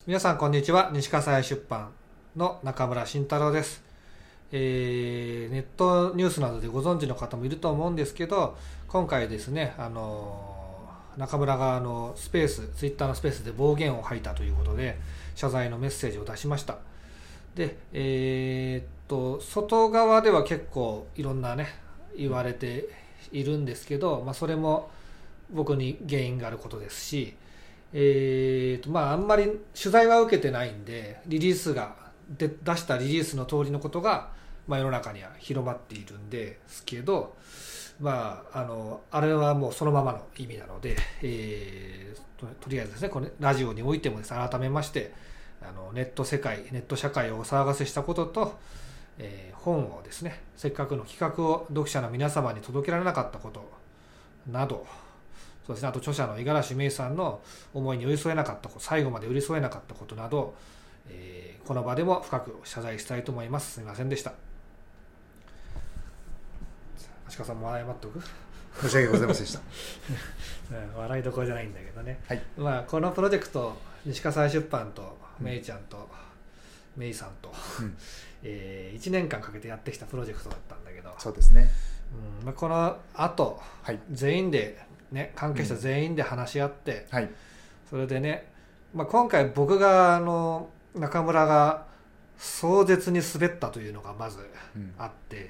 皆さんこんにちは。西葛西出版の中村慎太郎です。ネットニュースなどでご存知の方もいると思うんですけど、今回ですね、中村がツイッターのスペースで暴言を吐いたということで謝罪のメッセージを出しました。で、外側では結構いろんなね言われているんですけど、それも僕に原因があることですし、あんまり取材は受けてないんで、出したリリースの通りのことが、世の中には広まっているんですけど、あれはもうそのままの意味なので、とりあえずですね、このラジオにおいてもですね、改めましてネット社会をお騒がせしたことと、本をですね、せっかくの企画を読者の皆様に届けられなかったことなど、そうですね、あと著者の五十嵐芽衣さんの思いに寄り添えなかったこと、最後まで寄り添えなかったことなど、この場でも深く謝罪したいと思います。すみませんでした。足利さんも謝っておく。 申し訳ございませんでした。 笑いどころじゃないんだけどね、 はい。 このプロジェクト、西葛西出版と芽衣ちゃんと芽衣さんと、1年間かけてやってきたプロジェクトだったんだけど、 そうですね。 この後、 はい。 全員でね、関係者全員で話し合って、 はい。 それでね、今回僕が中村が壮絶に滑ったというのがまずあって、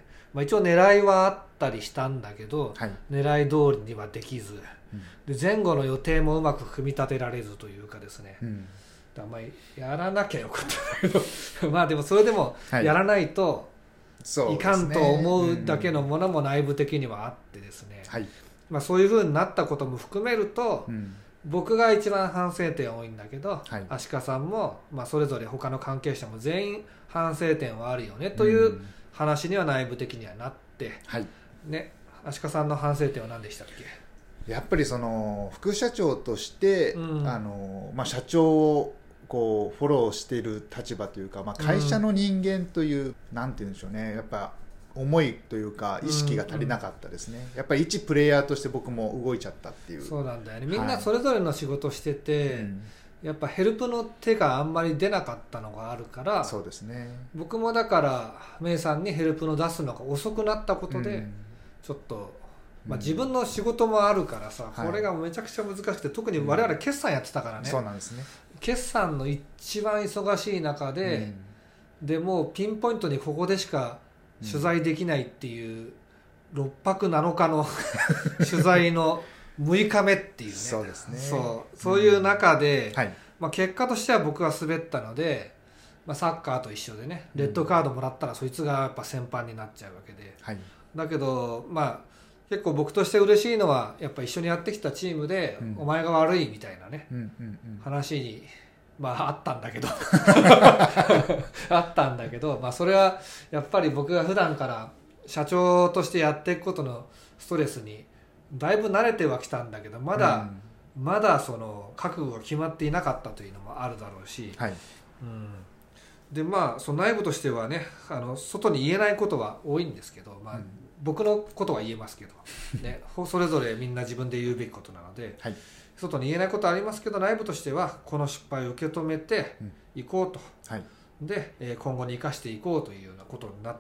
一応狙いはあったりしたんだけど、 はい。 狙い通りにはできず、で前後の予定もうまく組み立てられずというかですね、だからやらなきゃよかったんだけどでもそれでもやらないといかんと思うだけのものも内部的にはあってですね、 はい。 そういう風になったことも含めると、僕が一番反省点多いんだけど、足利さんも、それぞれ他の関係者も全員反省点はあるよねという話には内部的にはなって、ね、足利さんの反省点は何でしたっけ？ やっぱりその副社長として、社長をこうフォローしている立場というか、会社の人間という、なんて言うんでしょうね、やっぱ思いというか意識が足りなかったですね。やっぱり一プレイヤーとして僕も動いちゃったっていう。 そうなんだよね。みんなそれぞれの仕事してて、やっぱヘルプの手があんまり出なかったのがあるから、 そうですね。 僕もだからメイさんにヘルプの出すのが遅くなったことで、ちょっと、自分の仕事もあるからさ、これがめちゃくちゃ難しくて、特に我々決算やってたからね。 そうなんですね。 決算の一番忙しい中で、でもうピンポイントにここでしか取材できないっていう6泊7日の取材の6日目っていうね。 そうですね。 そういう中で、結果としては僕は滑ったので、サッカーと一緒でね、レッドカードもらったらそいつがやっぱ先般になっちゃうわけで、だけど結構僕として嬉しいのはやっぱ一緒にやってきたチームで、お前が悪いみたいなね、話にあったんだけどあったんだけど、それはやっぱり僕が普段から社長としてやっていくことのストレスにだいぶ慣れてはきたんだけど、まだその覚悟が決まっていなかったというのもあるだろうし、でその内部としてはね、外に言えないことは多いんですけど、僕のことは言えますけど、ね、それぞれみんな自分で言うべきことなので、外に言えないことはありますけど、内部としてはこの失敗を受け止めていこうと、で今後に生かしていこうというようなことになって、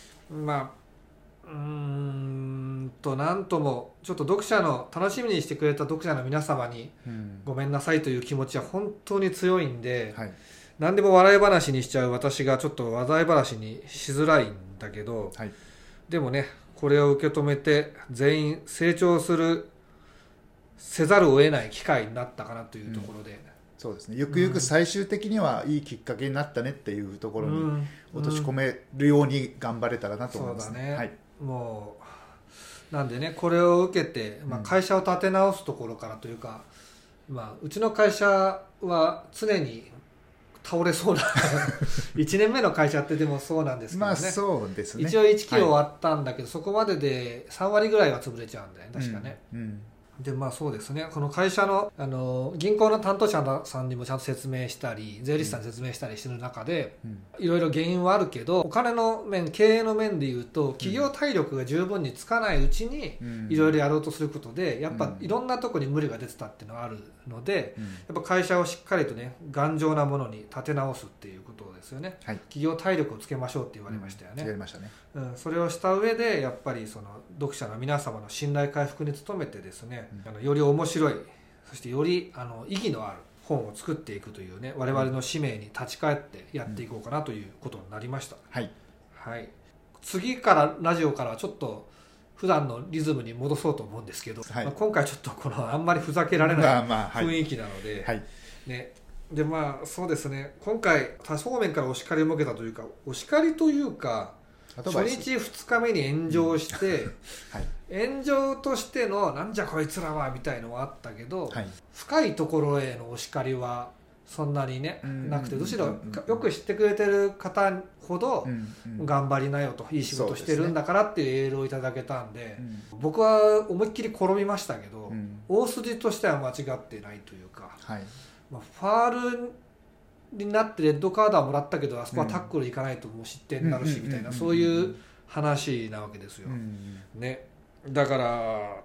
なんともちょっと楽しみにしてくれた読者の皆様にごめんなさいという気持ちは本当に強いんで、何でも笑い話にしちゃう私がちょっと話題話にしづらいんだけど、でもね、これを受け止めて全員成長せざるを得ない機会になったかなというところで、 そうですね。ゆくゆく最終的にはいいきっかけになったねっていうところに落とし込めるように頑張れたらなと思いますね。 そうだね。もうなんでね、これを受けて、会社を立て直すところからというか、うちの会社は常に倒れそうな1年目の会社ってでもそうなんですけどね、 そうですね。 一応1期終わったんだけど、そこまでで3割ぐらいは潰れちゃうんだよね、確かね。 でそうですね、この会社の、銀行の担当者さんにもちゃんと説明したり税理士さんに説明したりしてる中で、いろいろ原因はあるけどお金の面経営の面でいうと企業体力が十分につかないうちにいろいろやろうとすることでやっぱいろんなところに無理が出てたっていうのがあるので、やっぱ会社をしっかりとね頑丈なものに立て直すっていうことですよね、はい、企業体力をつけましょうって言われましたよね、 言われましたね、 それをした上でやっぱりその読者の皆様の信頼回復に努めてですね、より面白いそしてより意義のある本を作っていくというね我々の使命に立ち返ってやっていこうかなということになりました、はい、はい、次からラジオからはちょっと普段のリズムに戻そうと思うんですけど、はい、今回ちょっとこのあんまりふざけられない雰囲気なので、はいね、でそうですね今回多方面からお叱りを受けたというかお叱りというか初日2日目に炎上して、はい、炎上としてのなんじゃこいつらはみたいのはあったけど、はい、深いところへのお叱りはそんなにねなくてむしろよく知ってくれてる方ほど頑張りなよといい仕事してるんだからっていうエールをいただけたんで、僕は思いっきり転びましたけど、大筋としては間違ってないというか、はい、ファールになってレッドカードはもらったけどあそこはタックルいかないともう失点になるしみたいなそういう話なわけですよ、ね、だから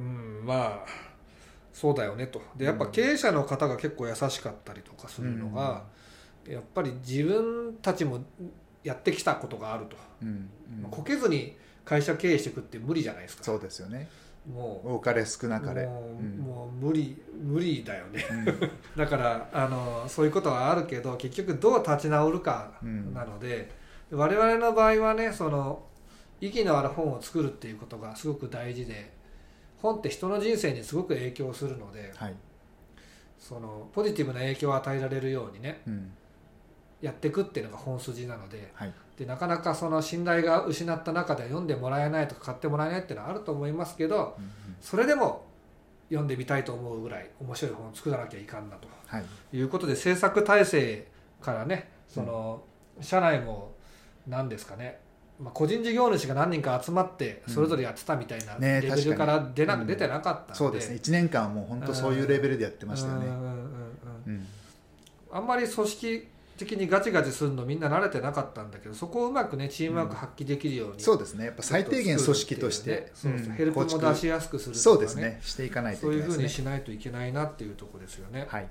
そうだよねと。でやっぱ経営者の方が結構優しかったりとかするのが、やっぱり自分たちもやってきたことがあると、こけずに会社経営していくって無理じゃないですか。 そうですよね。 もう多かれ少なかれもう無理だよね、だからそういうことはあるけど結局どう立ち直るかなので、我々の場合はねその意義のある本を作るっていうことがすごく大事で、本って人の人生にすごく影響するので、はい、そのポジティブな影響を与えられるようにね、やっていくっていうのが本筋なので、はい、でなかなかその信頼が失った中で読んでもらえないとか買ってもらえないっていうのはあると思いますけど、それでも読んでみたいと思うぐらい面白い本を作らなきゃいかんなと、はい、いうことで制作体制からねその、社内も何ですかね、個人事業主が何人か集まってそれぞれやってたみたいなレベルから出てなかったので、 そうですね1年間はもう本当そういうレベルでやってましたよね。 あんまり組織的にガチガチするのみんな慣れてなかったんだけど、そこをうまくねチームワーク発揮できるように、 そうですねやっぱ最低限組織として、 ヘルプも出しやすくするとかね、 そうですねしていかないといけないですね。 そういうふうにしないといけないなっていうところですよね。はい、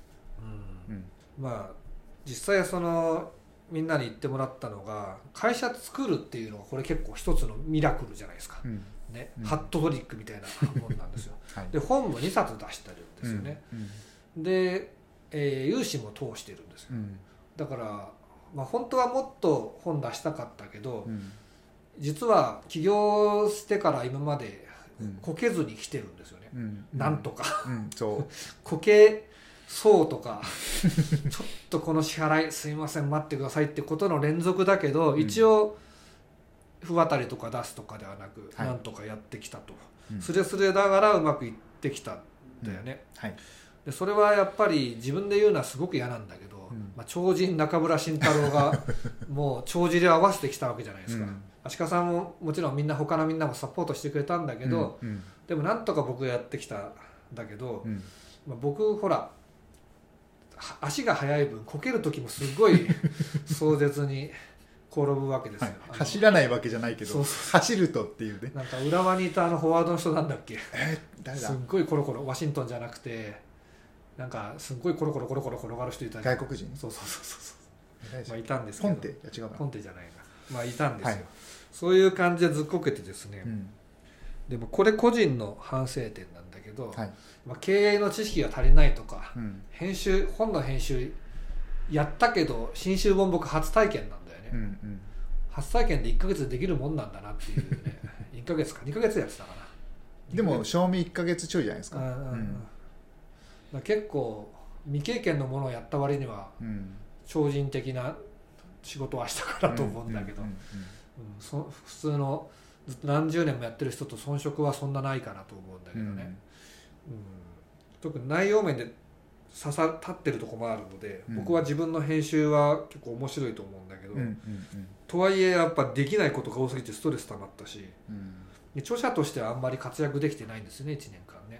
実際そのみんなに言ってもらったのが会社作るっていうのがこれ結構一つのミラクルじゃないですか、ハットトリックみたいなもんなんですよ、はい、で本も2冊出してるんですよね、で、融資も通してるんですよ、だから、本当はもっと本出したかったけど、実は起業してから今までこけずに来てるんですよね、なんとか、こけそうとかちょっとこの支払いすいません待ってくださいってことの連続だけど、一応不渡りとか出すとかではなく、なんとかやってきたと、スレスレながらうまくいってきたんだよね、でそれはやっぱり自分で言うのはすごく嫌なんだけど、超人中村慎太郎がもう帳尻を合わせてきたわけじゃないですか、足利さんももちろんみんな他のみんなもサポートしてくれたんだけど、でもなんとか僕がやってきたんだけど、僕ほら足が速い分こける時もすごい壮絶に転ぶわけですよ、 走らないわけじゃないけど走るとっていうね、 なんか浦和にいたフォワードの人なんだっけ、 誰だ、 すっごいコロコロワシントンじゃなくてなんかすっごいコロコロ転がる人いたじゃん、 外国人、 そういたんですけど、 ポンテ違うかな、 ポンテじゃないな、いたんですよ、そういう感じでずっこけてですね、でもこれ個人の反省点なんだけど、経営の知識が足りないとか、本の編集やったけど新集本僕初体験なんだよね、初体験で1ヶ月でできるもんなんだなっていうね1ヶ月か2ヶ月やってたかな、 でも賞味1ヶ月ちょいじゃないですか、 結構未経験のものをやった割には、超人的な仕事はしたかなと思うんだけど、普通のずっと何十年もやってる人と遜色はそんなないかなと思うんだけどね、特に内容面で立ってるところもあるので、僕は自分の編集は結構面白いと思うんだけど、とはいえやっぱできないことが多すぎてストレス溜まったし、著者としてはあんまり活躍できてないんですよね1年間ね。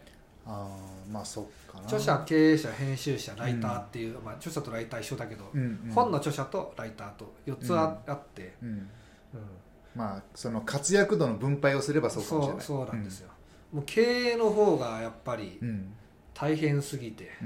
まあそうかな。 著者、経営者、編集者、ライターっていう、まあ、著者とライター一緒だけど、本の著者とライターと4つあって、 まあその活躍度の分配をすればそうかもしれない。 そうなんですよ、もう経営の方がやっぱり大変すぎて、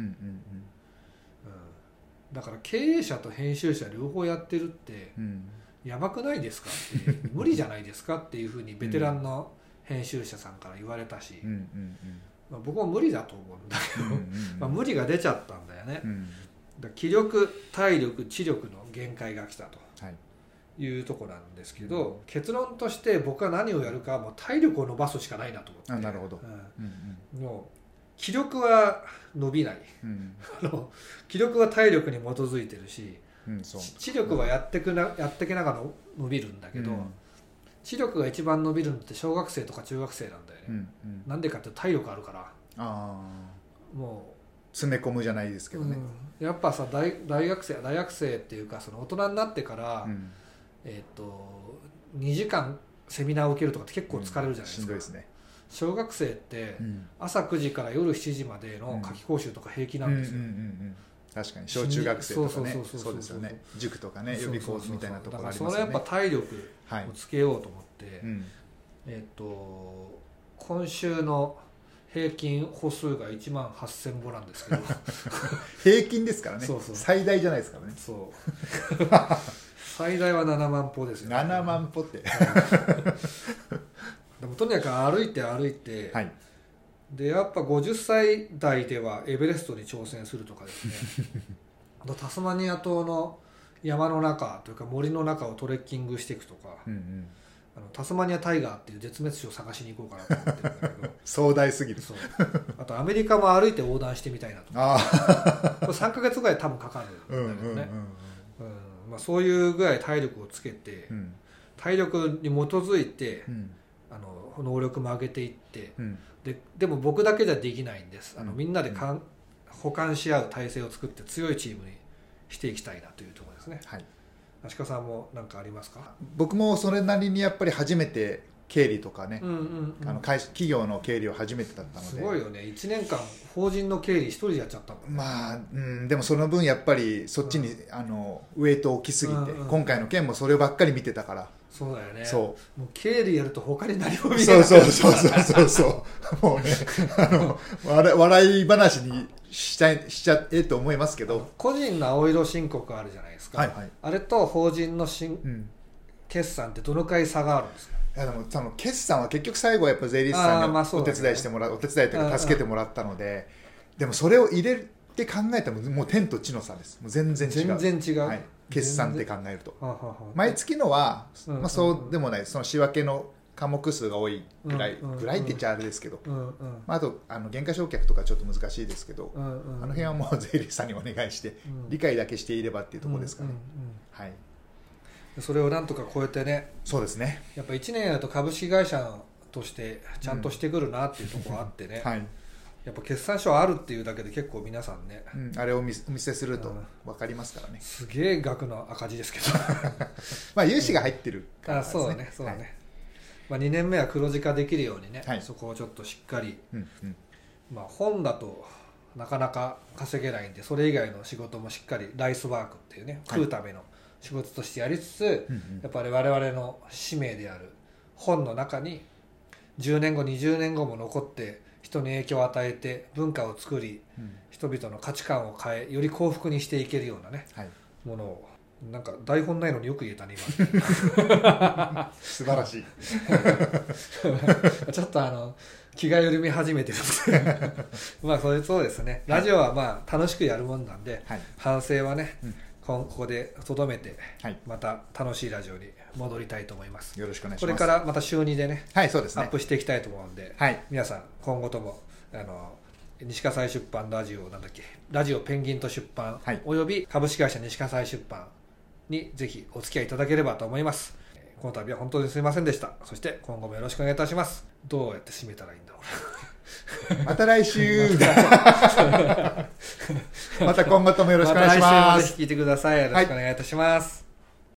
だから経営者と編集者両方やってるってやばくないですかっていう無理じゃないですかっていうふうにベテランの編集者さんから言われたし、まあ、僕も無理だと思うんだけどまあ無理が出ちゃったんだよね、だ気力、体力、知力の限界が来たというところなんですけど、結論として僕は何をやるかはもう体力を伸ばすしかないなと思って。 なるほど、 もう気力は伸びない、気力は体力に基づいてるし、知力はやってきながら伸びるんだけど、知力が一番伸びるのって小学生とか中学生なんだよね、なんでかって体力あるから、もう詰め込むじゃないですけどね、 やっぱさ大学生っていうかその大人になってから、2時間セミナーを受けるとかって結構疲れるじゃないですか、 しんどいですね。 小学生って朝9時から夜7時までの夏期講習とか平気なんですよ。 確かに小中学生とかね、そうですよね。塾とかね、予備校みたいなところありますよね。 だからそれやっぱ体力をつけようと思って、今週の平均歩数が1万8000歩なんですけど平均ですからね。最大じゃないですからね。 そう最大は7万歩ですよね。 7万歩ってでもとにかく歩いて、でやっぱ50歳代ではエベレストに挑戦するとかですねあとタスマニア島の山の中というか森の中をトレッキングしていくとか、タスマニアタイガーっていう絶滅種を探しに行こうかなと思ってるんだけど壮大すぎる。 あとアメリカも歩いて横断してみたいなとかこれ3ヶ月ぐらい多分かかるんだけどね、そういうぐらい体力をつけて、体力に基づいて、能力も上げていって、でも僕だけじゃできないんです。みんなで補完し合う体制を作って強いチームにしていきたいなというところですね。足利さんも何かありますか？ 僕もそれなりにやっぱり初めて経理とかね、企業の経理を初めてだったので。 すごいよね。1年間法人の経理一人でやっちゃったんだ、ね。 まあ、でもその分やっぱりそっちに、ウェイトを置きすぎて、今回の件もそればっかり見てたから。 そうだよね。 そうもう経理やると他に何も見えない。 そうもうね笑い話にしちゃえと思いますけど、 個人の青色申告あるじゃないですか、あれと法人の決算ってどのくらい差があるんですか？ いやでもその決算は結局最後はやっぱ税理士さんにお手伝いしてもらう、お手伝いというか助けてもらったので、でもそれを入れて考えたらもう天と地の差です。もう全然違う、決算って考えると毎月のは、そうでもない、その仕分けの科目数が多いぐらいって言っちゃあれですけど、あと減価償却とかちょっと難しいですけど、あの辺はもう税理士さんにお願いして理解だけしていればっていうところですかね。 それをなんとか超えてね。 そうですね。 やっぱ1年やると株式会社としてちゃんとしてくるなっていうところがあってね、やっぱ決算書あるっていうだけで結構皆さんね、 あれをお見せすると分かりますからね。 すげえ額の赤字ですけどまあ融資が入ってるからですね。 そうだね、2年目は黒字化できるようにね、そこをちょっとしっかり、本だとなかなか稼げないんで、それ以外の仕事もしっかりライスワークっていうね、食うための仕事としてやりつつ、やっぱり我々の使命である本の中に10年後20年後も残って人に影響を与えて文化を作り、人々の価値観を変えより幸福にしていけるようなね、ものを、なんか台本ないのによく言えたね今素晴らしいちょっと気が緩み始めてるんでそうですね、ラジオは楽しくやるもんなんで、反省はね、ここでとどめて、また楽しいラジオに戻りたいと思います。 よろしくお願いします。 これからまた週2でね、 そうですね、 アップしていきたいと思うんで、皆さん今後とも西葛西出版ラジオペンギンと出版、および株式会社西葛西出版にぜひお付き合いいただければと思います。この度は本当にすみませんでした。そして今後もよろしくお願いいたします。どうやって締めたらいいんだろうまた来週また今後ともよろしくお願いします。 また来週もぜひ聞いてください。よろしくお願いいたします。